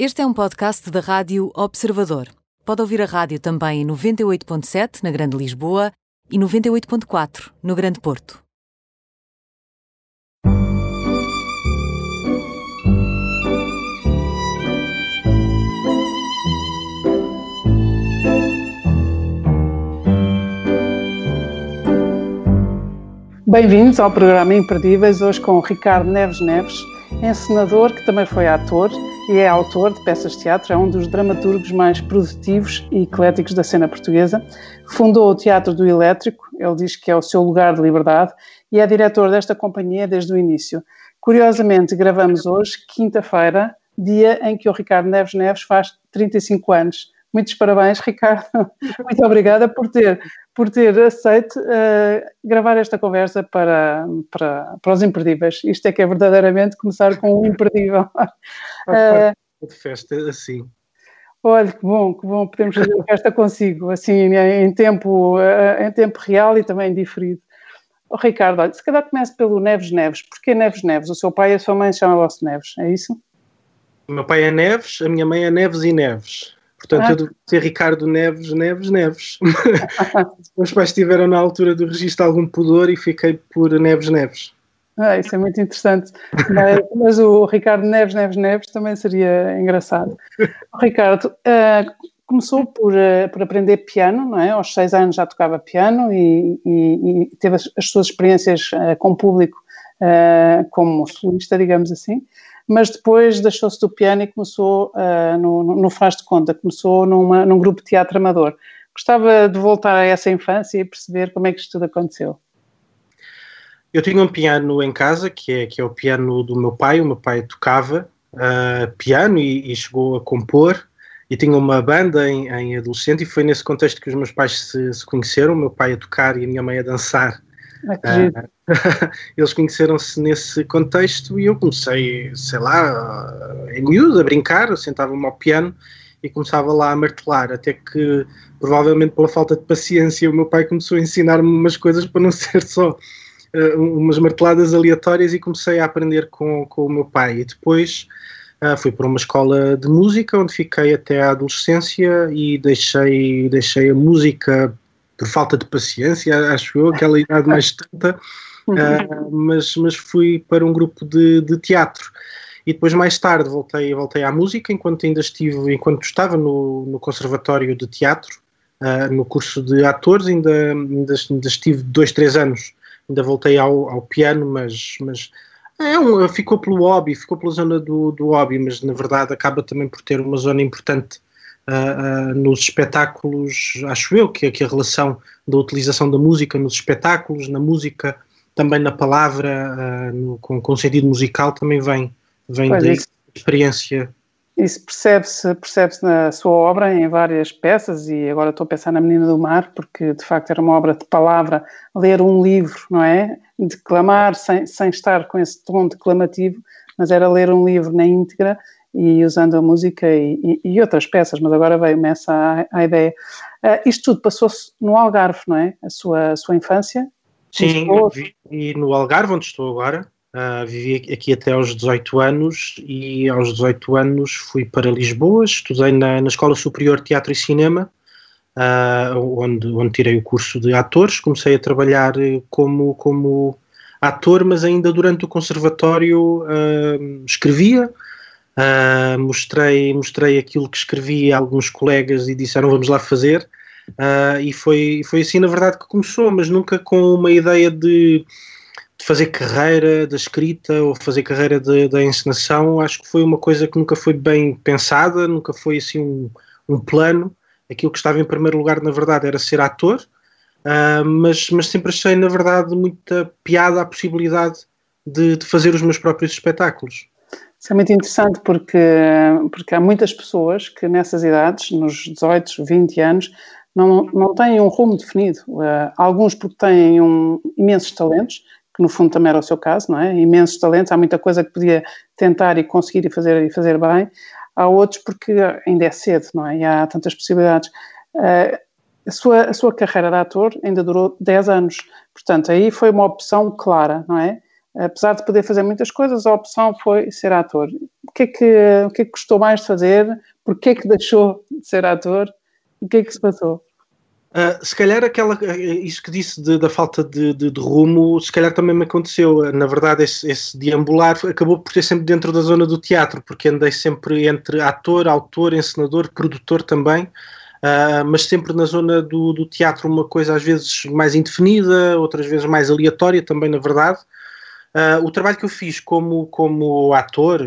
Este é um podcast da Rádio Observador. Pode ouvir a rádio também em 98.7 na Grande Lisboa e 98.4 no Grande Porto. Bem-vindos ao programa Imperdíveis, hoje com o Ricardo Neves Neves, encenador que também foi ator e é autor de peças de teatro, é um dos dramaturgos mais produtivos e ecléticos da cena portuguesa. Fundou o Teatro do Elétrico, ele diz que é o seu lugar de liberdade, e é diretor desta companhia desde o início. Curiosamente, gravamos hoje, quinta-feira, dia em que o Ricardo Neves Neves faz 35 anos. Muitos parabéns, Ricardo. Muito obrigada por ter aceito gravar esta conversa para os imperdíveis. Isto é que é verdadeiramente começar com um imperdível. De festa assim. Olha, que bom podemos fazer a festa consigo, assim, em tempo real e também diferido. Ricardo, olha, se calhar comece pelo Neves Neves. Porquê Neves Neves? O seu pai e a sua mãe chamavam-se Neves, é isso? O meu pai é Neves, a minha mãe é Neves e Neves. Portanto, eu devo ser Ricardo Neves. Os meus pais tiveram na altura do registro algum pudor e fiquei por Neves. Isso é muito interessante. Mas o Ricardo Neves também seria engraçado. O Ricardo começou por aprender piano, não é? Aos 6 anos já tocava piano e teve as suas experiências com o público como solista, digamos assim. Mas depois deixou-se do piano e começou, no faz de conta, começou num grupo de teatro amador. Gostava de voltar a essa infância e perceber como é que isto tudo aconteceu. Eu tinha um piano em casa, que é o piano do meu pai. O meu pai tocava piano e chegou a compor, e tinha uma banda em adolescente, e foi nesse contexto que os meus pais se conheceram, o meu pai a tocar e a minha mãe a dançar. Eles conheceram-se nesse contexto e eu comecei, sei lá, em miúdo, a brincar. Eu sentava-me ao piano e começava lá a martelar, até que, provavelmente pela falta de paciência, o meu pai começou a ensinar-me umas coisas para não ser só umas marteladas aleatórias, e comecei a aprender com o meu pai. E depois fui para uma escola de música, onde fiquei até à adolescência, e deixei a música por falta de paciência, acho eu, aquela idade mais tanta, mas fui para um grupo de teatro. E depois, mais tarde, voltei à música, enquanto estava no Conservatório de Teatro, no curso de atores, ainda estive 2-3 anos, ainda voltei ao piano, mas ficou pelo hobby, ficou pela zona do hobby, mas na verdade acaba também por ter uma zona importante nos espetáculos. Acho eu que a relação da utilização da música nos espetáculos, na música, também na palavra, com sentido musical, também vem da experiência. Isso percebe-se na sua obra, em várias peças, e agora estou a pensar na Menina do Mar, porque de facto era uma obra de palavra, ler um livro, não é? Declamar sem estar com esse tom declamativo, mas era ler um livro na íntegra e usando a música e outras peças, mas agora veio-me essa a ideia. Isto tudo passou-se no Algarve, não é? A sua infância? Sim, vivi no Algarve, onde estou agora. Vivi aqui até aos 18 anos, e aos 18 anos fui para Lisboa, estudei na Escola Superior de Teatro e Cinema, onde tirei o curso de atores. Comecei a trabalhar como ator, mas ainda durante o conservatório escrevia. Mostrei aquilo que escrevi a alguns colegas e disseram vamos lá fazer, e foi assim na verdade que começou, mas nunca com uma ideia de fazer carreira da escrita ou fazer carreira da encenação. Acho que foi uma coisa que nunca foi bem pensada, nunca foi assim um plano. Aquilo que estava em primeiro lugar na verdade era ser ator, mas sempre achei na verdade muita piada a possibilidade de fazer os meus próprios espetáculos. Isso é muito interessante porque há muitas pessoas que nessas idades, nos 18, 20 anos, não têm um rumo definido. Alguns porque têm imensos talentos, que no fundo também era o seu caso, não é? Imensos talentos, há muita coisa que podia tentar e conseguir e fazer bem. Há outros porque ainda é cedo, não é? E há tantas possibilidades. A sua carreira de ator ainda durou 10 anos, portanto aí foi uma opção clara, não é? apesar de poder fazer muitas coisas, a opção foi ser ator. O que é que gostou mais de fazer? Porquê é que deixou de ser ator? O que é que se passou? Se calhar isso que disse da falta de rumo, se calhar também me aconteceu. Na verdade, esse deambular acabou por ter sempre dentro da zona do teatro, porque andei sempre entre ator, autor, encenador, produtor também, mas sempre na zona do teatro, uma coisa às vezes mais indefinida, outras vezes mais aleatória também, na verdade. O trabalho que eu fiz como ator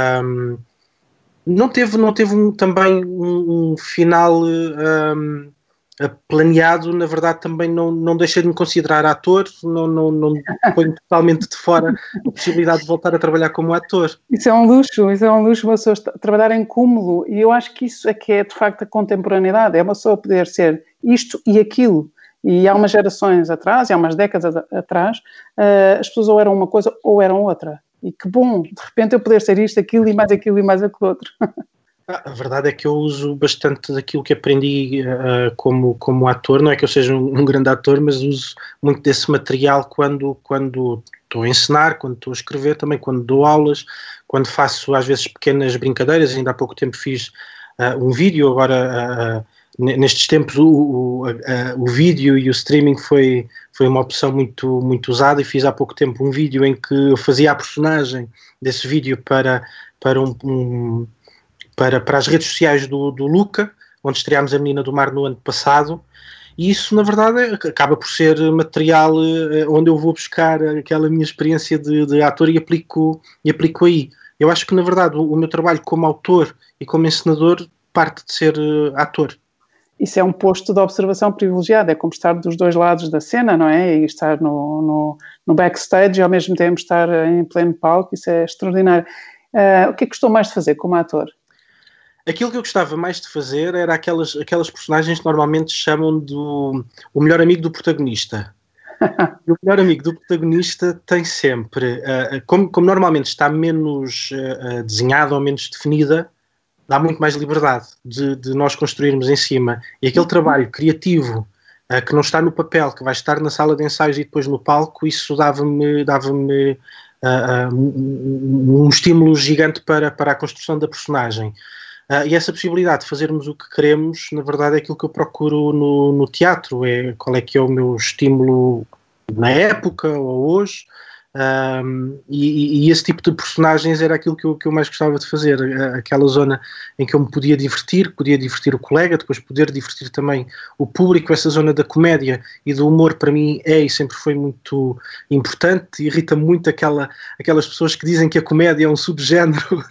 não teve também um final planeado. Na verdade também não deixei de me considerar ator, não ponho totalmente de fora a possibilidade de voltar a trabalhar como ator. Isso é um luxo, uma pessoa trabalhar em cúmulo, e eu acho que isso é que é de facto a contemporaneidade, é uma pessoa poder ser isto e aquilo. E há umas gerações atrás, e há umas décadas atrás, as pessoas ou eram uma coisa ou eram outra. E que bom, de repente eu poder ser isto, aquilo e mais aquilo outro. A verdade é que eu uso bastante daquilo que aprendi como ator. Não é que eu seja um grande ator, mas uso muito desse material quando estou a encenar, quando estou a escrever, também quando dou aulas, quando faço às vezes pequenas brincadeiras. Ainda há pouco tempo fiz um vídeo, agora nestes tempos o vídeo e o streaming foi uma opção muito, muito usada, e fiz há pouco tempo um vídeo em que eu fazia a personagem desse vídeo para as redes sociais do Luca, onde estreámos A Menina do Mar no ano passado, e isso na verdade acaba por ser material onde eu vou buscar aquela minha experiência de ator e aplico aí. Eu acho que na verdade o meu trabalho como autor e como encenador parte de ser ator. Isso é um posto de observação privilegiado, é como estar dos dois lados da cena, não é? E estar no backstage e ao mesmo tempo estar em pleno palco, isso é extraordinário. O que é que gostou mais de fazer como ator? Aquilo que eu gostava mais de fazer era aquelas personagens que normalmente chamam o melhor amigo do protagonista. E o melhor amigo do protagonista tem sempre, como normalmente está menos desenhada ou menos definida, dá muito mais liberdade de nós construirmos em cima. E aquele trabalho criativo que não está no papel, que vai estar na sala de ensaios e depois no palco, isso dava-me um estímulo gigante para a construção da personagem. E essa possibilidade de fazermos o que queremos, na verdade, é aquilo que eu procuro no teatro. Qual é que é o meu estímulo na época ou hoje. E esse tipo de personagens era aquilo que eu mais gostava de fazer, aquela zona em que eu me podia divertir o colega, depois poder divertir também o público. Essa zona da comédia e do humor para mim e sempre foi muito importante. Irrita muito aquelas pessoas que dizem que a comédia é um subgénero.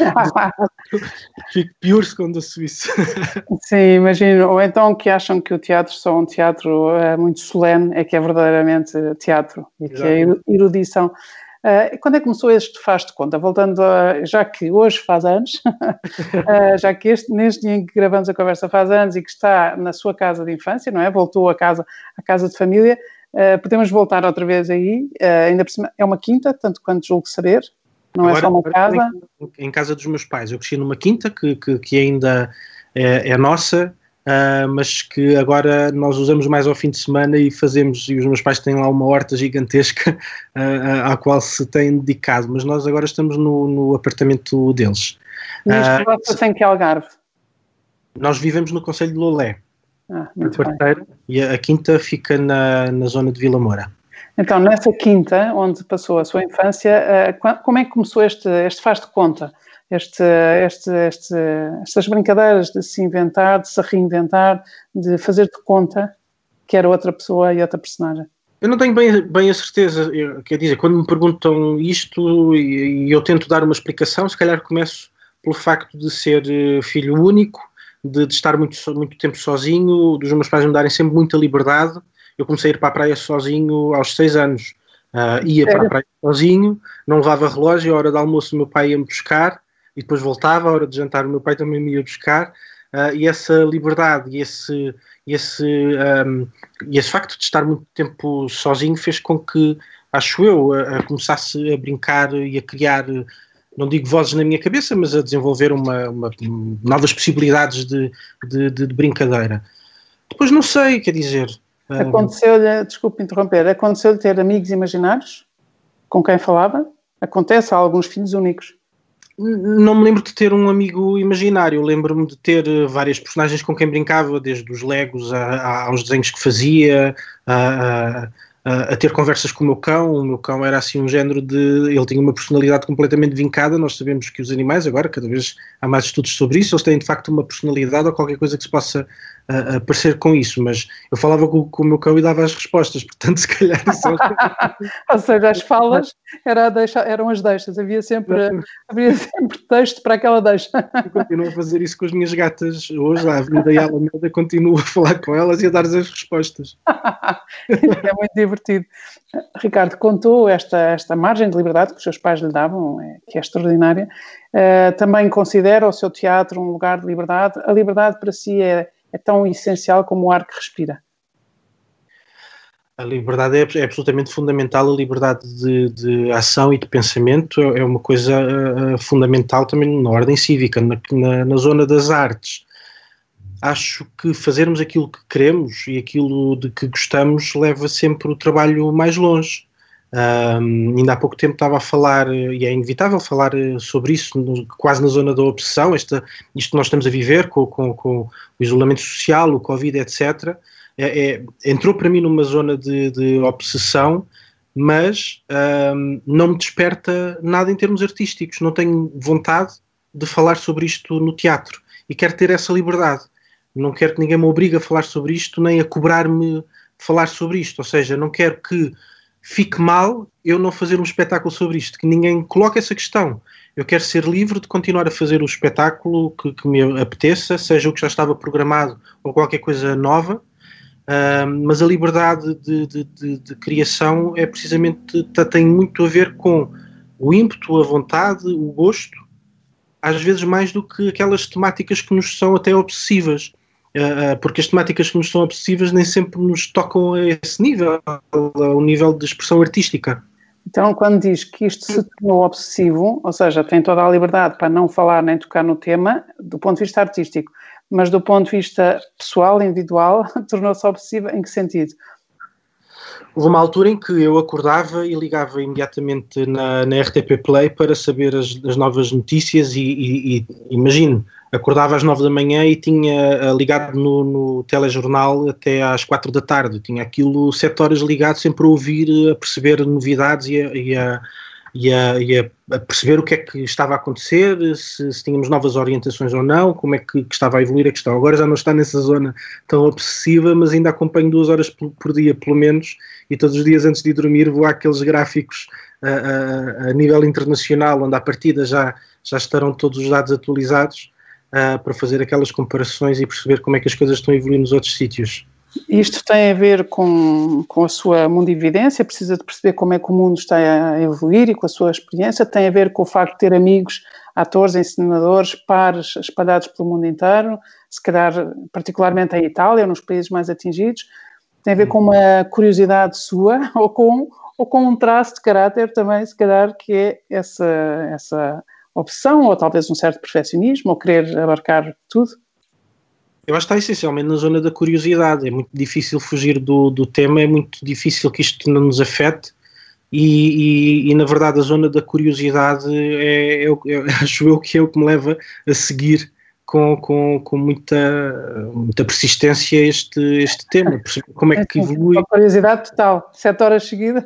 Fico pior quando ouço isso. Sim, imagino. Ou então que acham que o teatro só é um teatro muito solene, é que é verdadeiramente teatro e que é erudição. Quando é que começou este faz de conta? Voltando já que hoje faz anos, já que neste dia em que gravamos a conversa faz anos e que está na sua casa de infância, não é? Voltou à casa de família, podemos voltar outra vez aí, ainda por cima é uma quinta, tanto quanto julgo saber, não agora, é só uma casa. Em casa dos meus pais, eu cresci numa quinta que ainda é nossa, mas que agora nós usamos mais ao fim de semana e os meus pais têm lá uma horta gigantesca à qual se têm dedicado, mas nós agora estamos no apartamento deles. E isto passa em que Algarve? Nós vivemos no concelho de Lolé, muito bem. E a quinta fica na zona de Vila Moura. Então, nessa quinta, onde passou a sua infância, como é que começou este faz de conta? Estas brincadeiras de se inventar, de se reinventar, de fazer de conta que era outra pessoa e outra personagem? Eu não tenho bem a certeza. Quer dizer, quando me perguntam isto e eu tento dar uma explicação, se calhar começo pelo facto de ser filho único, de estar muito tempo sozinho, dos meus pais me darem sempre muita liberdade. Eu comecei a ir para a praia sozinho aos 6 anos. Ia para a praia sozinho, não levava relógio, a hora do almoço o meu pai ia-me buscar, e depois voltava, a hora de jantar o meu pai também me ia buscar, e essa liberdade e esse facto de estar muito tempo sozinho fez com que, acho eu, começasse a brincar e a criar, não digo vozes na minha cabeça, mas a desenvolver novas possibilidades de brincadeira. Depois não sei, quer dizer... Aconteceu-lhe, desculpe interromper, aconteceu-lhe ter amigos imaginários? com quem falava? Acontece a alguns filhos únicos. Não me lembro de ter um amigo imaginário, lembro-me de ter várias personagens com quem brincava, desde os Legos aos desenhos que fazia, a ter conversas com o meu cão. O meu cão era assim um género de... Ele tinha uma personalidade completamente vincada. Nós sabemos que os animais, agora, cada vez há mais estudos sobre isso, eles têm de facto uma personalidade ou qualquer coisa que se possa parecer com isso, mas eu falava com o meu cão e dava as respostas, portanto se calhar isso ou seja, as falas eram as deixas, havia sempre texto para aquela deixa. Eu continuo a fazer isso com as minhas gatas hoje, à Avenida e à Alameda, continuo a falar com elas e a dar-lhes as respostas. É muito divertido. Ricardo, contou esta margem de liberdade que os seus pais lhe davam, que é extraordinária. Também considera o seu teatro um lugar de liberdade. A liberdade para si é tão essencial como o ar que respira? A liberdade é absolutamente fundamental. A liberdade de ação e de pensamento é uma coisa fundamental também na ordem cívica, na zona das artes. Acho que fazermos aquilo que queremos e aquilo de que gostamos leva sempre o trabalho mais longe. Ainda há pouco tempo estava a falar, e é inevitável falar sobre isso, quase na zona da obsessão, isto que nós estamos a viver com o isolamento social, o Covid, etc. Entrou para mim numa zona de obsessão, mas não me desperta nada em termos artísticos. Não tenho vontade de falar sobre isto no teatro e quero ter essa liberdade. Não quero que ninguém me obrigue a falar sobre isto, nem a cobrar-me de falar sobre isto. Ou seja, não quero que fique mal eu não fazer um espetáculo sobre isto, que ninguém coloque essa questão. Eu quero ser livre de continuar a fazer o espetáculo que me apeteça, seja o que já estava programado ou qualquer coisa nova, mas a liberdade de criação é precisamente, tem muito a ver com o ímpeto, a vontade, o gosto, às vezes mais do que aquelas temáticas que nos são até obsessivas. Porque as temáticas que nos são obsessivas nem sempre nos tocam a esse nível, ao nível de expressão artística. Então, quando diz que isto se tornou obsessivo, ou seja, tem toda a liberdade para não falar nem tocar no tema, do ponto de vista artístico, mas do ponto de vista pessoal, individual, tornou-se obsessivo em que sentido? Houve uma altura em que eu acordava e ligava imediatamente na RTP Play para saber as novas notícias e imagino, acordava às 9 da manhã e tinha ligado no telejornal até às 4 da tarde. Tinha aquilo 7 horas ligado sempre a ouvir, a perceber novidades e a perceber o que é que estava a acontecer, se tínhamos novas orientações ou não, como é que estava a evoluir a questão. Agora já não está nessa zona tão obsessiva, mas ainda acompanho 2 horas por dia, pelo menos, e todos os dias antes de dormir vou àqueles gráficos a nível internacional, onde à partida já estarão todos os dados atualizados, para fazer aquelas comparações e perceber como é que as coisas estão a evoluir nos outros sítios. Isto tem a ver com a sua mundividência, precisa de perceber como é que o mundo está a evoluir e com a sua experiência, tem a ver com o facto de ter amigos, atores, encenadores, pares espalhados pelo mundo inteiro, se calhar particularmente em Itália, nos países mais atingidos, tem a ver com uma curiosidade sua ou com um traço de caráter também, se calhar, que é essa opção ou talvez um certo perfeccionismo ou querer abarcar tudo? Eu acho que está essencialmente na zona da curiosidade. É muito difícil fugir do tema, é muito difícil que isto não nos afete e na verdade a zona da curiosidade acho eu que é o que me leva a seguir com muita persistência este tema, perceber como é que evolui. Uma curiosidade total, 7 horas seguidas.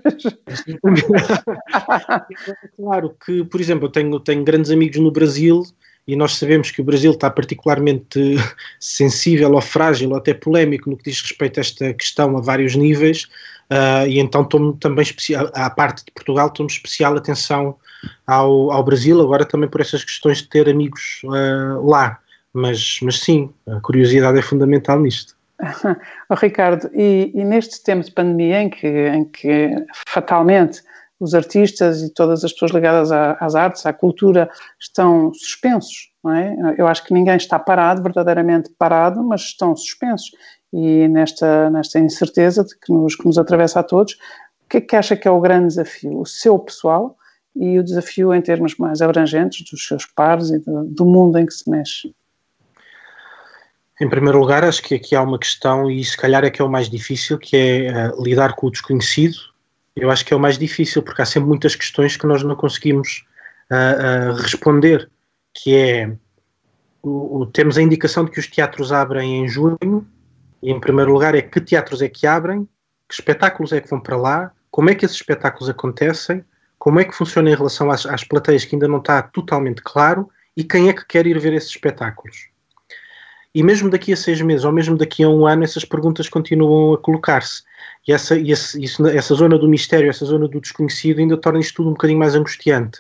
Claro que, por exemplo, eu tenho grandes amigos no Brasil e nós sabemos que o Brasil está particularmente sensível ou frágil ou até polémico no que diz respeito a esta questão a vários níveis, e então tomo também à parte de Portugal, tomo especial atenção ao Brasil, agora também por essas questões de ter amigos lá. Mas sim, a curiosidade é fundamental nisto. Oh, Ricardo, e neste tempo de pandemia em que fatalmente os artistas e todas as pessoas ligadas às artes, à cultura, estão suspensos, não é? Eu acho que ninguém está parado, verdadeiramente parado, mas estão suspensos. E nesta incerteza que nos atravessa a todos, o que é que acha que é o grande desafio? O seu pessoal e o desafio em termos mais abrangentes dos seus pares e do mundo em que se mexe? Em primeiro lugar, acho que aqui há uma questão, e se calhar é que é o mais difícil, que é lidar com o desconhecido, Eu acho que é o mais difícil, porque há sempre muitas questões que nós não conseguimos responder, que é, temos a indicação de que os teatros abrem em junho, e em primeiro lugar é que teatros é que abrem, que espetáculos é que vão para lá, como é que esses espetáculos acontecem, como é que funciona em relação às plateias, que ainda não está totalmente claro, e quem é que quer ir ver esses espetáculos. E mesmo daqui a 6 meses, ou mesmo daqui a um ano, essas perguntas continuam a colocar-se. E essa zona do mistério, essa zona do desconhecido, ainda torna isto tudo um bocadinho mais angustiante.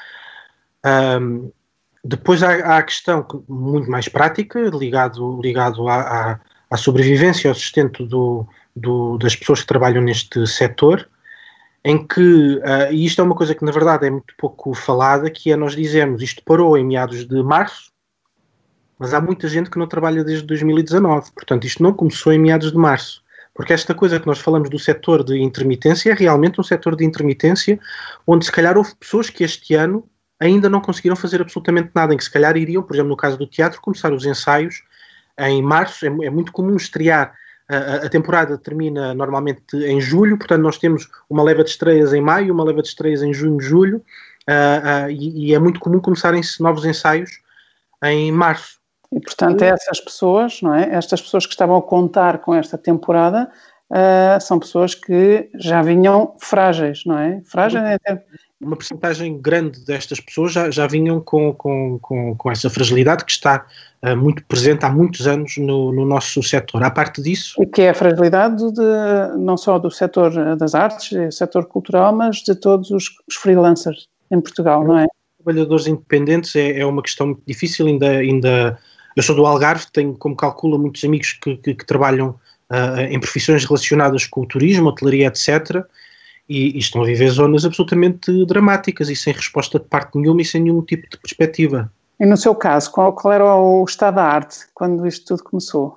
Depois há a questão muito mais prática, ligado à sobrevivência, ao sustento das pessoas que trabalham neste setor, em que, e isto é uma coisa que na verdade é muito pouco falada, que é nós dizemos, isto parou em meados de março, mas há muita gente que não trabalha desde 2019, portanto isto não começou em meados de março, porque esta coisa que nós falamos do setor de intermitência é realmente um setor de intermitência onde se calhar houve pessoas que este ano ainda não conseguiram fazer absolutamente nada, em que se calhar iriam, por exemplo no caso do teatro, começar os ensaios em março. É muito comum estrear, a temporada termina normalmente em julho, portanto nós temos uma leva de estreias em maio, uma leva de estreias em junho, julho, e é muito comum começarem-se novos ensaios em março. E, portanto, essas pessoas, não é? Estas pessoas que estavam a contar com esta temporada são pessoas que já vinham frágeis, não é? Frágeis é uma percentagem grande destas pessoas já vinham com essa fragilidade que está muito presente há muitos anos no nosso setor. À parte disso... E que é a fragilidade não só do setor das artes, do setor cultural, mas de todos os freelancers em Portugal, não é? Trabalhadores independentes é uma questão muito difícil, ainda eu sou do Algarve, tenho, como calcula, muitos amigos que trabalham em profissões relacionadas com o turismo, hotelaria, etc., e estão a viver zonas absolutamente dramáticas e sem resposta de parte nenhuma e sem nenhum tipo de perspectiva. E no seu caso, qual era o estado da arte quando isto tudo começou?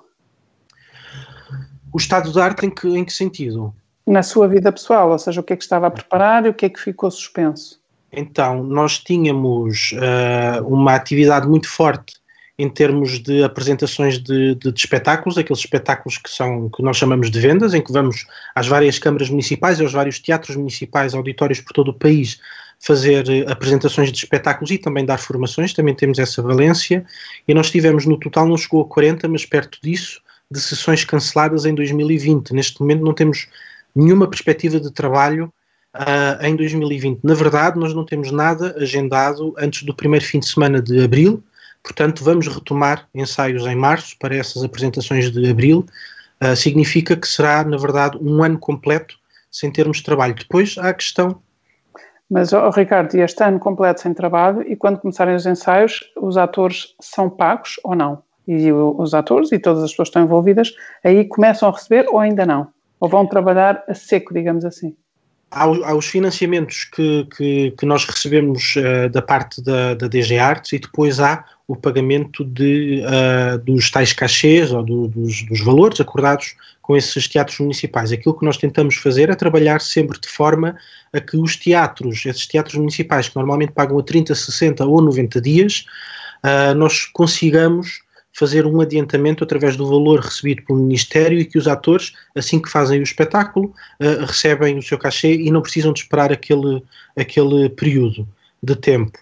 O estado da arte em que sentido? Na sua vida pessoal, ou seja, o que é que estava a preparar e o que é que ficou suspenso? Então, nós tínhamos uma atividade muito forte em termos de apresentações de espetáculos, aqueles espetáculos que nós chamamos de vendas, em que vamos às várias câmaras municipais e aos vários teatros municipais, auditórios por todo o país, fazer apresentações de espetáculos e também dar formações. Também temos essa valência, e nós tivemos no total, não chegou a 40, mas perto disso, de sessões canceladas em 2020. Neste momento não temos nenhuma perspectiva de trabalho em 2020. Na verdade, nós não temos nada agendado antes do primeiro fim de semana de abril. Portanto, vamos retomar ensaios em março para essas apresentações de abril. Significa que será, na verdade, um ano completo sem termos trabalho. Depois há a questão... Mas, Ricardo, e este ano completo sem trabalho, e quando começarem os ensaios, os atores são pagos ou não? E os atores e todas as pessoas que estão envolvidas aí começam a receber ou ainda não? Ou vão trabalhar a seco, digamos assim? Há os financiamentos que nós recebemos da parte da DG Artes, e depois há o pagamento dos tais cachês ou dos valores acordados com esses teatros municipais. Aquilo que nós tentamos fazer é trabalhar sempre de forma a que esses teatros municipais, que normalmente pagam a 30, 60 ou 90 dias, nós consigamos fazer um adiantamento através do valor recebido pelo Ministério, e que os atores, assim que fazem o espetáculo, recebem o seu cachê e não precisam de esperar aquele período de tempo.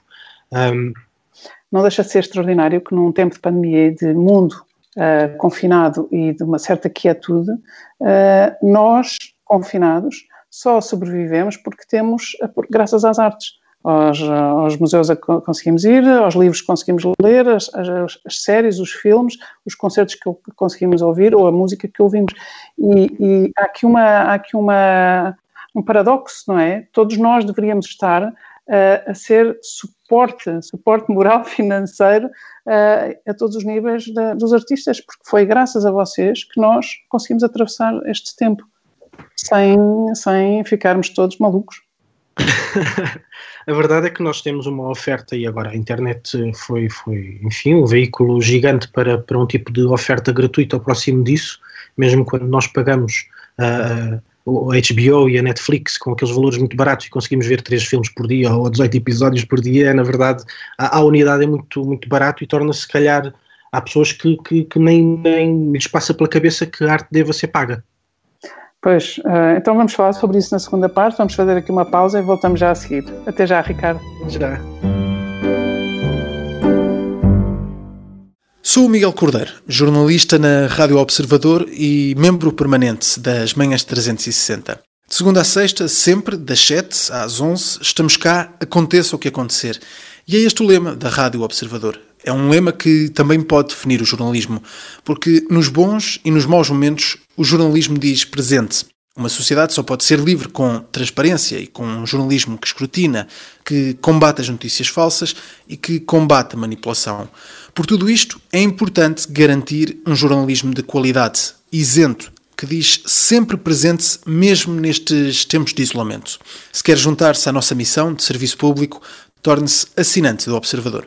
Não deixa de ser extraordinário que num tempo de pandemia e de mundo confinado e de uma certa quietude, nós, confinados, só sobrevivemos graças às artes. Aos museus conseguimos ir, aos livros que conseguimos ler, as séries, os filmes, os concertos que conseguimos ouvir ou a música que ouvimos. E há aqui um paradoxo, não é? Todos nós deveríamos estar a ser suporte moral, financeiro, a todos os níveis dos artistas, porque foi graças a vocês que nós conseguimos atravessar este tempo sem ficarmos todos malucos. A verdade é que nós temos uma oferta, e agora a internet foi enfim, um veículo gigante para um tipo de oferta gratuita ao próximo disso, mesmo quando nós pagamos o HBO e a Netflix com aqueles valores muito baratos e conseguimos ver 3 filmes por dia ou 18 episódios por dia. Na verdade, a unidade é muito, muito barato, e torna-se, se calhar, há pessoas que nem lhes passa pela cabeça que a arte deva ser paga. Pois, então vamos falar sobre isso na segunda parte. Vamos fazer aqui uma pausa e voltamos já a seguir. Até já, Ricardo. Já. Sou o Miguel Cordeiro, jornalista na Rádio Observador e membro permanente das Manhãs 360. De segunda a sexta, sempre, das 7 às 11, estamos cá, aconteça o que acontecer. E é este o lema da Rádio Observador. É um lema que também pode definir o jornalismo, porque nos bons e nos maus momentos o jornalismo diz presente. Uma sociedade só pode ser livre com transparência e com um jornalismo que escrutina, que combate as notícias falsas e que combate a manipulação. Por tudo isto, é importante garantir um jornalismo de qualidade, isento, que diz sempre presente mesmo nestes tempos de isolamento. Se quer juntar-se à nossa missão de serviço público, torne-se assinante do Observador.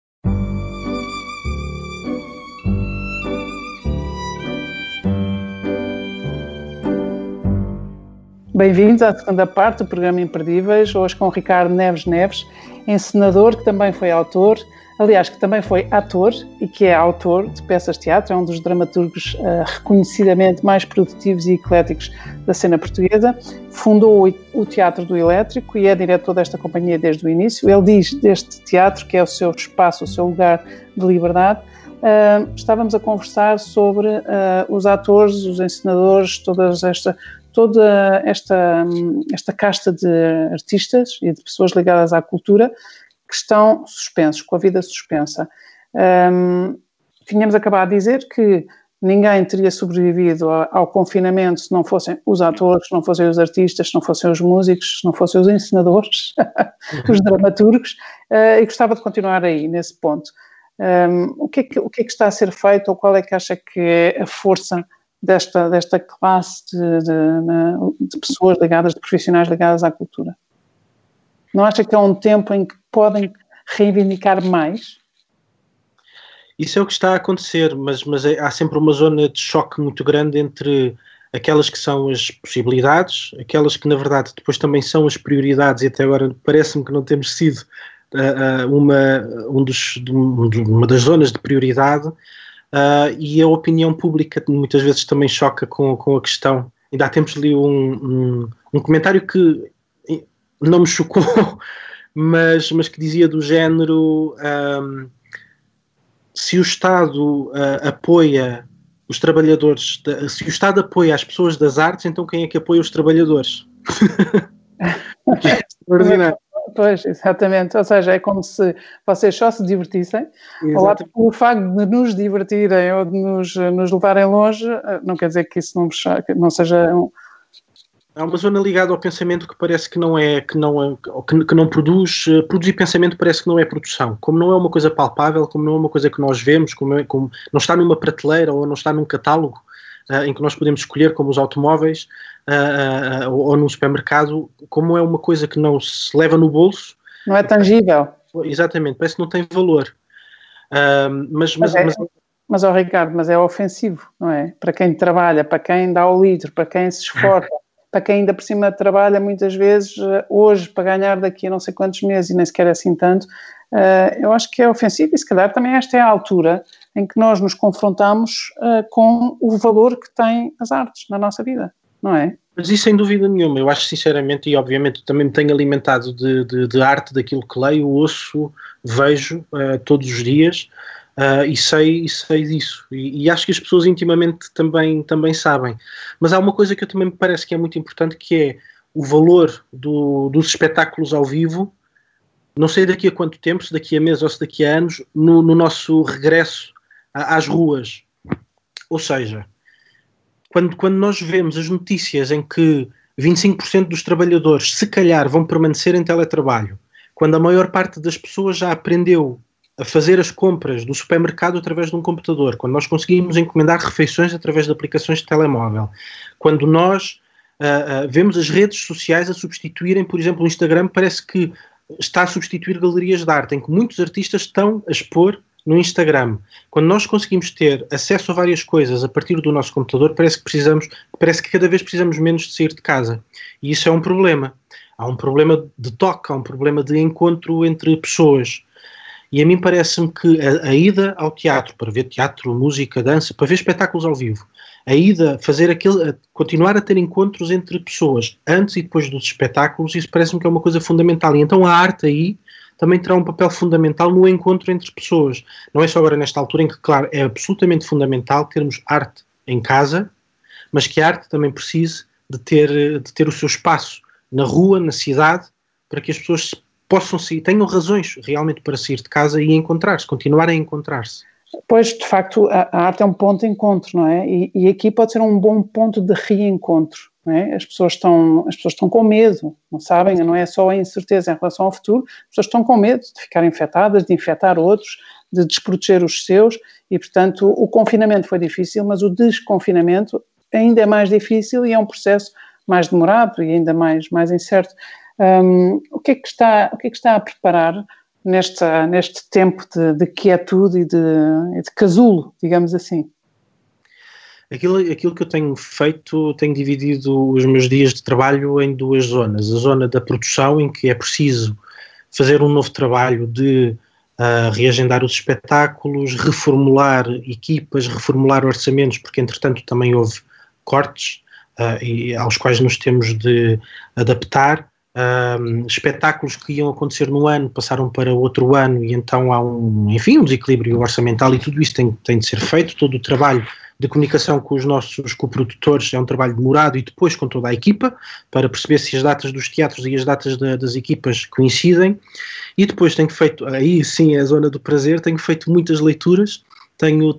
Bem-vindos à segunda parte do programa Imperdíveis, hoje com o Ricardo Neves, encenador que também foi autor, aliás, que também foi ator e que é autor de peças de teatro, é um dos dramaturgos reconhecidamente mais produtivos e ecléticos da cena portuguesa, fundou o Teatro do Elétrico e é diretor desta companhia desde o início. Ele diz deste teatro que é o seu espaço, o seu lugar de liberdade. Estávamos a conversar sobre os atores, os encenadores, toda esta casta de artistas e de pessoas ligadas à cultura que estão suspensos, com a vida suspensa. Tínhamos acabado de dizer que ninguém teria sobrevivido ao confinamento se não fossem os atores, se não fossem os artistas, se não fossem os músicos, se não fossem os encenadores, os dramaturgos, e gostava de continuar aí, nesse ponto. O que é que está a ser feito, ou qual é que acha que é a força desta classe de pessoas ligadas, de profissionais ligadas à cultura? Não acha que é um tempo em que podem reivindicar mais? Isso é o que está a acontecer, mas há sempre uma zona de choque muito grande entre aquelas que são as possibilidades, aquelas que na verdade depois também são as prioridades, e até agora parece-me que não temos sido uma das zonas de prioridade, e a opinião pública muitas vezes também choca com a questão. Ainda há tempos li um comentário que não me chocou, mas que dizia do género: se o Estado apoia os trabalhadores, se o Estado apoia as pessoas das artes, então quem é que apoia os trabalhadores? É extraordinário. Pois, exatamente. Ou seja, é como se vocês só se divertissem. Exatamente. O facto de nos divertirem ou de nos levarem longe, não quer dizer que isso não seja Há uma zona ligada ao pensamento que parece que não produzir pensamento parece que não é produção. Como não é uma coisa palpável, como não é uma coisa que nós vemos, como não está numa prateleira ou não está num catálogo em que nós podemos escolher, como os automóveis, ou num supermercado, como é uma coisa que não se leva no bolso. Não é tangível. Exatamente, parece que não tem valor. Mas, Ricardo, mas é ofensivo, não é? Para quem trabalha, para quem dá o litro, para quem se esforça, para quem ainda por cima trabalha muitas vezes hoje para ganhar daqui a não sei quantos meses e nem sequer assim tanto, eu acho que é ofensivo, e se calhar também esta é a altura em que nós nos confrontamos com o valor que têm as artes na nossa vida, não é? Mas isso sem dúvida nenhuma. Eu acho sinceramente, e obviamente também me tenho alimentado de arte, daquilo que leio, ouço, vejo todos os dias, e sei disso, e acho que as pessoas intimamente também sabem. Mas há uma coisa que eu também me parece que é muito importante, que é o valor dos espetáculos ao vivo, não sei daqui a quanto tempo, se daqui a meses ou se daqui a anos, no nosso regresso às ruas. Ou seja, quando nós vemos as notícias em que 25% dos trabalhadores se calhar vão permanecer em teletrabalho, quando a maior parte das pessoas já aprendeu a fazer as compras do supermercado através de um computador, quando nós conseguimos encomendar refeições através de aplicações de telemóvel, quando nós vemos as redes sociais a substituírem, por exemplo, o Instagram parece que está a substituir galerias de arte, em que muitos artistas estão a expor no Instagram. Quando nós conseguimos ter acesso a várias coisas a partir do nosso computador, parece que cada vez precisamos menos de sair de casa. E isso é um problema. Há um problema de toque, há um problema de encontro entre pessoas. E a mim parece-me que a ida ao teatro, para ver teatro, música, dança, para ver espetáculos ao vivo, a ida, continuar a ter encontros entre pessoas antes e depois dos espetáculos, isso parece-me que é uma coisa fundamental. E então a arte aí também terá um papel fundamental no encontro entre pessoas. Não é só agora nesta altura em que, claro, é absolutamente fundamental termos arte em casa, mas que a arte também precise de ter o seu espaço na rua, na cidade, para que as pessoas possam sair, tenham razões realmente para sair de casa e encontrar-se, continuar a encontrar-se. Pois, de facto, a arte é um ponto de encontro, não é? E aqui pode ser um bom ponto de reencontro, não é? As pessoas estão com medo, não sabem, não é só a incerteza em relação ao futuro, as pessoas estão com medo de ficar infectadas, de infectar outros, de desproteger os seus, e, portanto, o confinamento foi difícil, mas o desconfinamento ainda é mais difícil e é um processo mais demorado e ainda mais incerto. O que é que está a preparar neste tempo de quietude e de casulo, digamos assim? Aquilo que eu tenho feito, tenho dividido os meus dias de trabalho em duas zonas. A zona da produção, em que é preciso fazer um novo trabalho de reagendar os espetáculos, reformular equipas, reformular orçamentos, porque entretanto também houve cortes e aos quais nos temos de adaptar. Espetáculos que iam acontecer no ano passaram para outro ano e então há um desequilíbrio orçamental e tudo isso tem de ser feito. Todo o trabalho de comunicação com os nossos coprodutores é um trabalho demorado e depois com toda a equipa para perceber se as datas dos teatros e as datas das equipas coincidem, e depois tenho feito, aí sim é a zona do prazer, tenho feito muitas leituras, tenho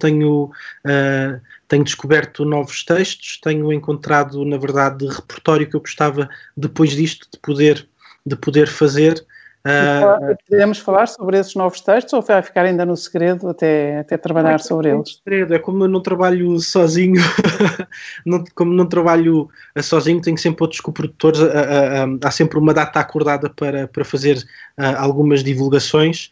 descoberto novos textos, tenho encontrado, na verdade, repertório que eu gostava, depois disto, de poder fazer. Podemos falar sobre esses novos textos ou vai ficar ainda no segredo até trabalhar sobre eles? É como eu não trabalho sozinho, como não trabalho sozinho, tenho sempre outros coprodutores, há sempre uma data acordada para fazer algumas divulgações.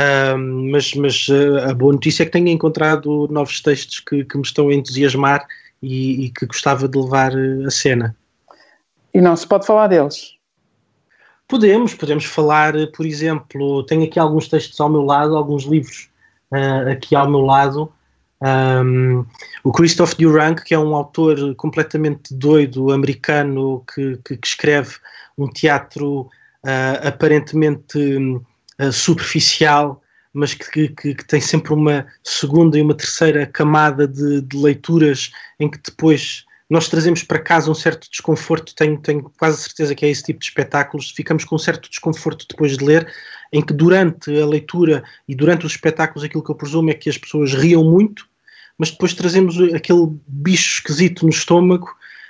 Mas a boa notícia é que tenho encontrado novos textos que me estão a entusiasmar e que gostava de levar a cena. E não se pode falar deles? Podemos falar, por exemplo, tenho aqui alguns textos ao meu lado, alguns livros aqui ao meu lado. O Christoph Durang, que é um autor completamente doido, americano, que escreve um teatro aparentemente superficial, mas que tem sempre uma segunda e uma terceira camada de leituras em que depois nós trazemos para casa um certo desconforto. Tenho quase certeza que é esse tipo de espetáculos, ficamos com um certo desconforto depois de ler, em que durante a leitura e durante os espetáculos aquilo que eu presumo é que as pessoas riam muito, mas depois trazemos aquele bicho esquisito no estômago,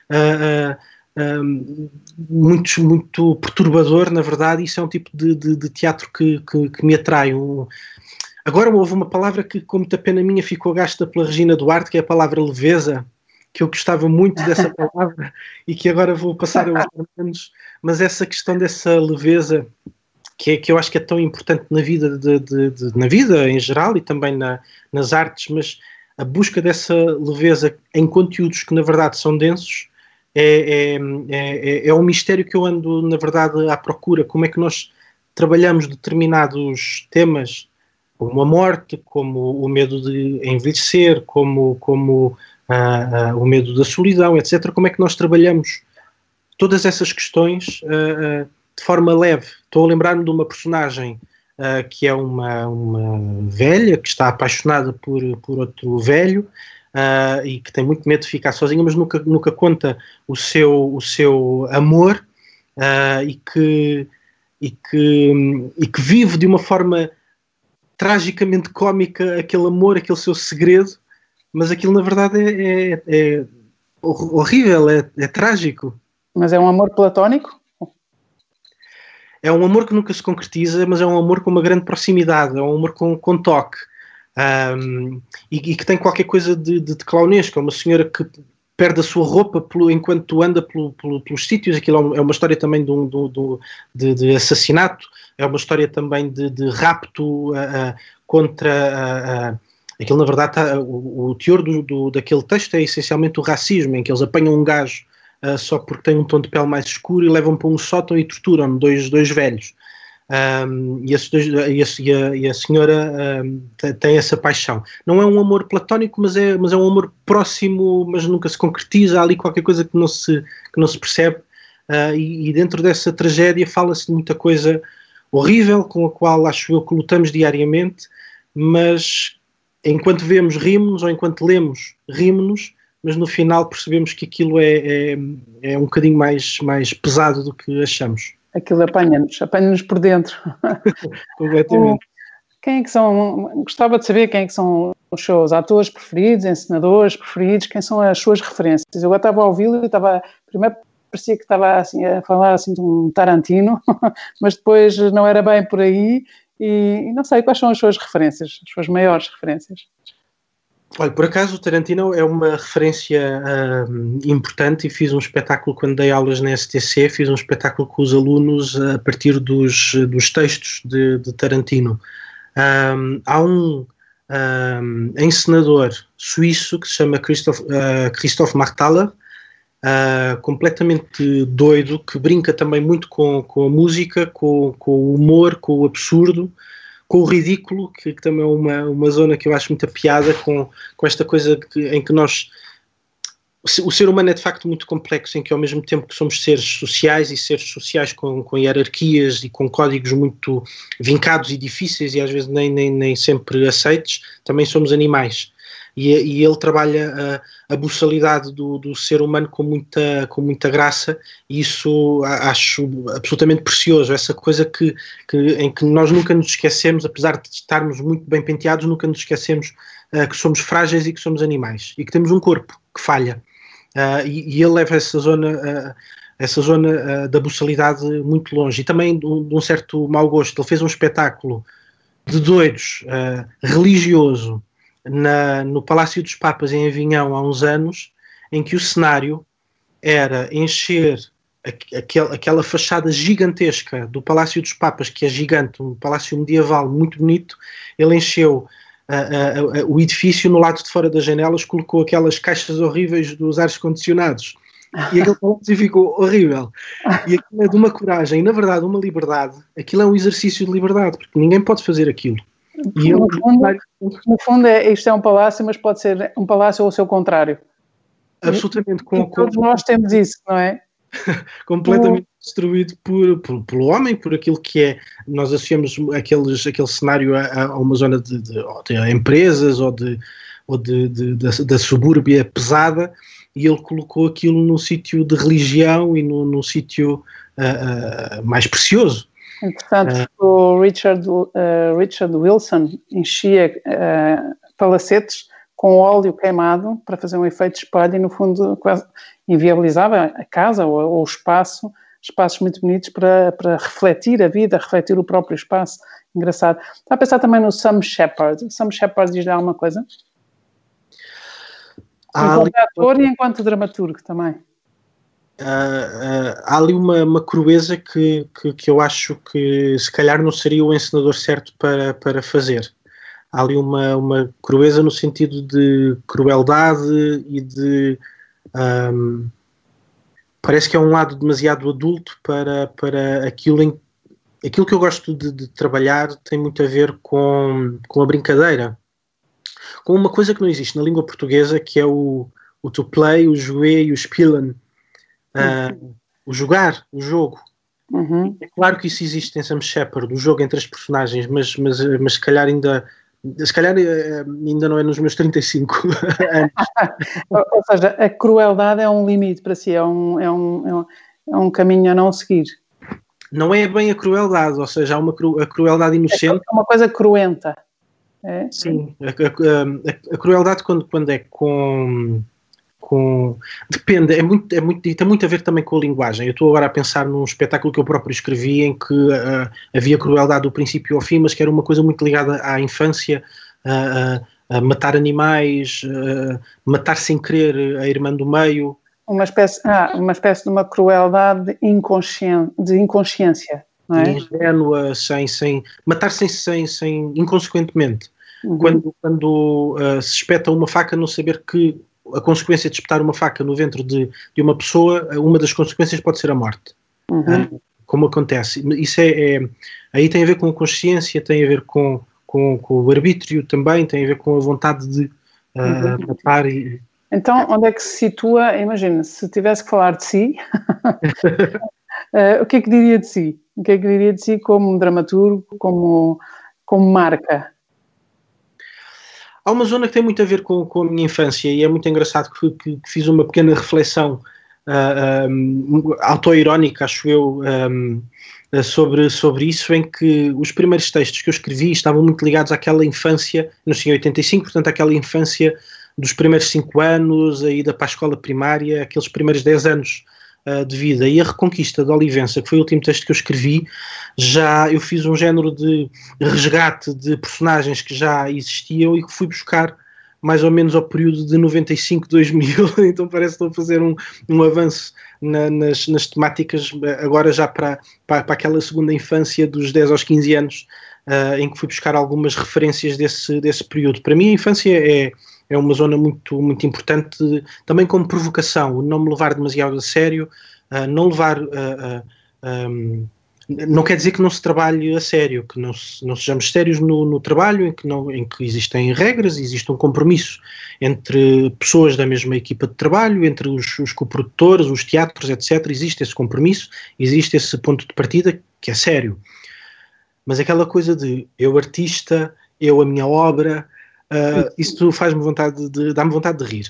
muito perturbador, na verdade. Isso é um tipo de teatro que me atrai. Agora houve uma palavra que, com muita pena minha, ficou gasta pela Regina Duarte, que é a palavra leveza, que eu gostava muito dessa palavra e que agora vou passar aos menos, mas essa questão dessa leveza que eu acho que é tão importante na vida, na vida em geral e também nas artes, mas a busca dessa leveza em conteúdos que na verdade são densos é um mistério que eu ando na verdade à procura. Como é que nós trabalhamos determinados temas, como a morte, como o medo de envelhecer, como o medo da solidão, etc. Como é que nós trabalhamos todas essas questões de forma leve? Estou a lembrar-me de uma personagem que é uma velha que está apaixonada por outro velho e que tem muito medo de ficar sozinha, mas nunca conta o seu amor e que vive de uma forma tragicamente cómica aquele amor, aquele seu segredo, mas aquilo na verdade é horrível, é trágico. Mas é um amor platónico? É um amor que nunca se concretiza, mas é um amor com uma grande proximidade, é um amor com toque. E que tem qualquer coisa de clownesco. É uma senhora que perde a sua roupa enquanto anda pelos sítios. Aquilo é uma história também de assassinato, é uma história também de rapto contra... Aquilo, na verdade, o teor daquele texto é essencialmente o racismo, em que eles apanham um gajo só porque tem um tom de pele mais escuro e levam para um sótão e torturam dois velhos. E a senhora tem essa paixão. Não é um amor platónico, mas é um amor próximo, mas nunca se concretiza. Há ali qualquer coisa que não se percebe, e dentro dessa tragédia fala-se de muita coisa horrível com a qual acho eu que lutamos diariamente, mas enquanto vemos rimos-nos, ou enquanto lemos rimos-nos, mas no final percebemos que aquilo é um bocadinho mais pesado do que achamos. Aquilo apanha-nos por dentro. Completamente. Quem é que são, gostava de saber quem é que são os seus atores preferidos, encenadores preferidos, quem são as suas referências. Eu agora estava a ouvi-lo e primeiro parecia que estava assim, a falar assim de um Tarantino, mas depois não era bem por aí, e não sei, quais são as suas referências, as suas maiores referências? Olha, por acaso o Tarantino é uma referência importante, e fiz um espetáculo quando dei aulas na STC, fiz um espetáculo com os alunos a partir dos textos de Tarantino. Há um encenador suíço que se chama Christoph Marthaler, completamente doido, que brinca também muito com a música, com o humor, com o absurdo, com o ridículo, que também é uma zona que eu acho muita piada, com esta coisa em que o ser humano é de facto muito complexo, em que ao mesmo tempo que somos seres sociais, e seres sociais com hierarquias e com códigos muito vincados e difíceis, e às vezes nem sempre aceites, também somos animais. E ele trabalha a buçalidade do ser humano com muita graça, e isso acho absolutamente precioso. Essa coisa em que nós nunca nos esquecemos, apesar de estarmos muito bem penteados, nunca nos esquecemos que somos frágeis e que somos animais, e que temos um corpo que falha. E ele leva essa zona da buçalidade muito longe, e também de um certo mau gosto. Ele fez um espetáculo de doidos, religioso, no Palácio dos Papas, em Avignon, há uns anos, em que o cenário era encher aquela fachada gigantesca do Palácio dos Papas, que é gigante, um palácio medieval muito bonito. Ele encheu o edifício, no lado de fora das janelas, colocou aquelas caixas horríveis dos ares condicionados, e aquele palácio ficou horrível. E aquilo é de uma coragem, e na verdade uma liberdade. Aquilo é um exercício de liberdade, porque ninguém pode fazer aquilo. E no fundo isto é um palácio, mas pode ser um palácio ou o seu contrário. Absolutamente. Todos nós temos isso, não é? Completamente destruído pelo homem, por aquilo que é. Nós associamos aquele cenário a uma zona de empresas, ou da subúrbia pesada, e ele colocou aquilo num sítio de religião e num sítio mais precioso. Entretanto, o Richard Wilson enchia palacetes com óleo queimado para fazer um efeito de espelho, e no fundo quase inviabilizava a casa ou o espaços muito bonitos para refletir a vida, refletir o próprio espaço. Engraçado. Está a pensar também no Sam Shepard. Sam Shepard diz-lhe alguma coisa? Enquanto ator e enquanto dramaturgo também. Há ali uma crueza que eu acho que se calhar não seria o encenador certo para fazer. Há ali uma crueza no sentido de crueldade e de... parece que é um lado demasiado adulto para aquilo que eu gosto de trabalhar. Tem muito a ver com a brincadeira, com uma coisa que não existe na língua portuguesa, que é o to play, o jouer e o spielen. O jogar, o jogo. Uhum. É claro que isso existe em Sam Shepard, o jogo entre as personagens, mas se calhar ainda não é nos meus 35 anos. Ou seja, a crueldade é um limite para si, é um caminho a não seguir. Não é bem a crueldade, ou seja, há a crueldade inocente. É uma coisa cruenta. É? Sim, a crueldade quando é com depende, tem muito a ver também com a linguagem. Eu estou agora a pensar num espetáculo que eu próprio escrevi, em que havia crueldade do princípio ao fim, mas que era uma coisa muito ligada à infância, a matar animais, matar sem querer a irmã do meio. Uma espécie de uma crueldade de inconsciência, não é? Ingênua, matar sem inconsequentemente. Uhum. Quando se espeta uma faca, não saber que a consequência de espetar uma faca no ventre de uma pessoa, uma das consequências pode ser a morte. Uhum. como acontece. Isso aí tem a ver com a consciência, tem a ver com o arbítrio também, tem a ver com a vontade de matar. Então, onde é que se situa, imagina, se tivesse que falar de si, o que é que diria de si? O que é que diria de si como dramaturgo, como marca? Há uma zona que tem muito a ver com a minha infância e é muito engraçado que fiz uma pequena reflexão autoirónica, acho eu, sobre isso, em que os primeiros textos que eu escrevi estavam muito ligados àquela infância, nasci em 85, portanto àquela infância dos primeiros 5 anos, a ida para a escola primária, aqueles primeiros 10 anos de vida. E a Reconquista de Olivença, que foi o último texto que eu escrevi, já eu fiz um género de resgate de personagens que já existiam e que fui buscar mais ou menos ao período de 95, 2000, então parece que estou a fazer um avanço nas temáticas, agora já para aquela segunda infância dos 10 aos 15 anos, em que fui buscar algumas referências desse período. Para mim a infância é uma zona muito, muito importante, também como provocação, não me levar demasiado a sério, não levar... não quer dizer que não se trabalhe a sério, que não sejamos sérios no trabalho, em que existem regras, existe um compromisso entre pessoas da mesma equipa de trabalho, entre os coprodutores, os teatros, etc. Existe esse compromisso, existe esse ponto de partida que é sério. Mas aquela coisa de eu artista, eu a minha obra, isso dá-me vontade de rir.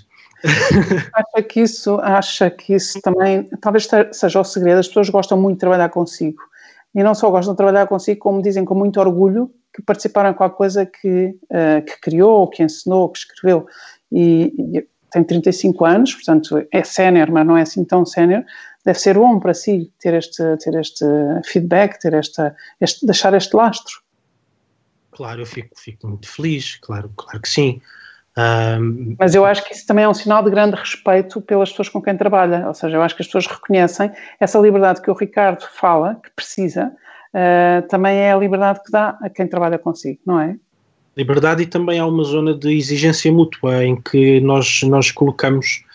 Acha que isso também, talvez seja o segredo, as pessoas gostam muito de trabalhar consigo. E não só gostam de trabalhar consigo, como dizem com muito orgulho que participaram em qualquer coisa que criou, que ensinou, que escreveu. E tem 35 anos, portanto é sénior, mas não é assim tão sénior. Deve ser bom para si ter este feedback, deixar este lastro. Claro, eu fico muito feliz, claro que sim. Mas eu acho que isso também é um sinal de grande respeito pelas pessoas com quem trabalha, ou seja, eu acho que as pessoas reconhecem essa liberdade que o Ricardo fala, que precisa, também é a liberdade que dá a quem trabalha consigo, não é? Liberdade, e também há uma zona de exigência mútua em que nós colocamos,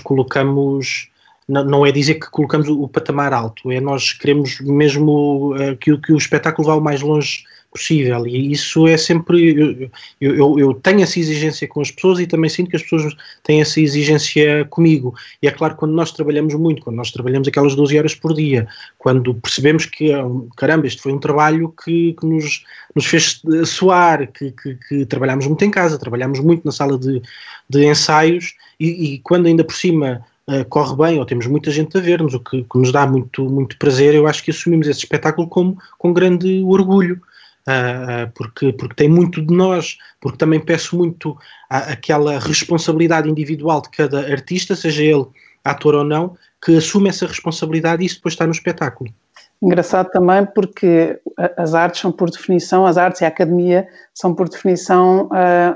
não é dizer que colocamos o patamar alto, é nós queremos mesmo que o espetáculo vá o mais longe possível, e isso é sempre, eu tenho essa exigência com as pessoas e também sinto que as pessoas têm essa exigência comigo, e é claro, quando nós trabalhamos muito, quando nós trabalhamos aquelas 12 horas por dia, quando percebemos que, caramba, este foi um trabalho que nos fez suar, que trabalhámos muito em casa, trabalhámos muito na sala de ensaios, e quando ainda por cima corre bem, ou temos muita gente a ver-nos, o que nos dá muito, muito prazer, eu acho que assumimos esse espetáculo com grande orgulho. Porque tem muito de nós, porque também peço muito aquela responsabilidade individual de cada artista, seja ele ator ou não, que assume essa responsabilidade, e isso depois está no espetáculo. Engraçado também porque as artes são por definição, as artes e a academia são por definição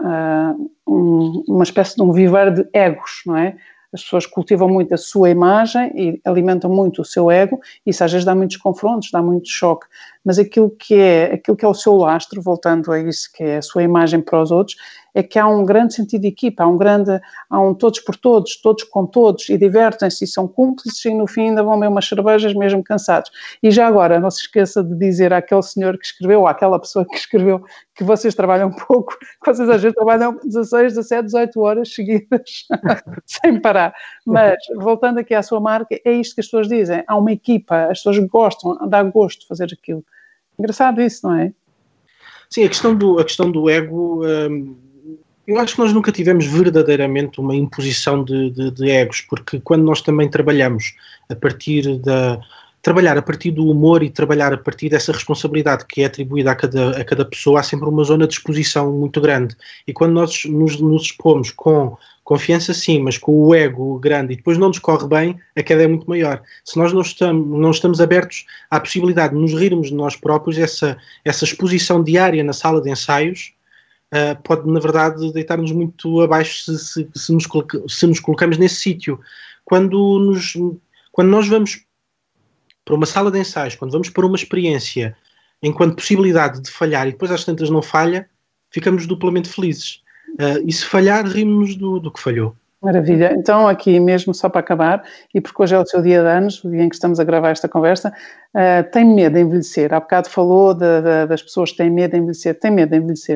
uma espécie de um viver de egos, não é? As pessoas cultivam muito a sua imagem e alimentam muito o seu ego, e isso às vezes dá muitos confrontos, dá muito choque, mas aquilo que é o seu lastro, voltando a isso que é a sua imagem para os outros, é que há um grande sentido de equipa, há um todos por todos com todos, e divertem-se e são cúmplices, e no fim ainda vão beber umas cervejas mesmo cansados. E já agora, não se esqueça de dizer àquele senhor que escreveu, ou àquela pessoa que escreveu, que vocês trabalham pouco, que vocês às vezes trabalham 16, 17, 18 horas seguidas, sem parar. Mas, voltando aqui à sua marca, é isto que as pessoas dizem, há uma equipa, as pessoas gostam, dá gosto de fazer aquilo. Engraçado isso, não é? Sim, a questão do ego, eu acho que nós nunca tivemos verdadeiramente uma imposição de egos, porque quando nós também trabalhamos a partir do humor e trabalhar a partir dessa responsabilidade que é atribuída a cada pessoa, há sempre uma zona de exposição muito grande. E quando nós nos expomos com confiança, sim, mas com o ego grande, e depois não nos corre bem, a queda é muito maior. Se nós não estamos abertos à possibilidade de nos rirmos de nós próprios, essa exposição diária na sala de ensaios pode, na verdade, deitar-nos muito abaixo se nos colocamos nesse sítio. Quando nós vamos para uma sala de ensaios, quando vamos para uma experiência enquanto possibilidade de falhar e depois às tantas não falha, ficamos duplamente felizes. E se falhar, rimos-nos do que falhou. Maravilha. Então, aqui mesmo, só para acabar, e porque hoje é o seu dia de anos, o dia em que estamos a gravar esta conversa, tem medo de envelhecer? Há bocado falou das pessoas que têm medo de envelhecer. Tem medo de envelhecer?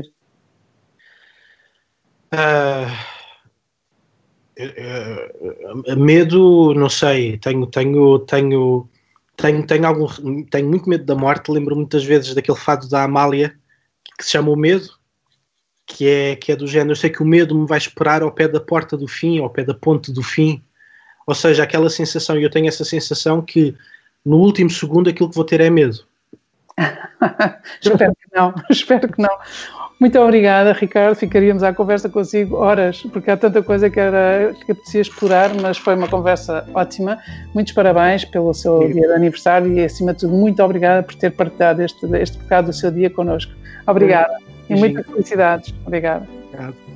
Medo, não sei. Tenho muito medo da morte. Lembro muitas vezes daquele fado da Amália, que se chama O Medo, que é do género, eu sei que o medo me vai esperar ao pé da porta do fim, ao pé da ponte do fim, ou seja, aquela sensação, e eu tenho essa sensação que no último segundo aquilo que vou ter é medo. Espero que não. Muito obrigada, Ricardo, ficaríamos à conversa consigo horas, porque há tanta coisa que apetecia explorar, mas foi uma conversa ótima. Muitos parabéns pelo seu dia de aniversário e, acima de tudo, muito obrigada por ter partilhado este bocado do seu dia connosco. Obrigada. E muitas felicidades. Obrigada. Obrigado.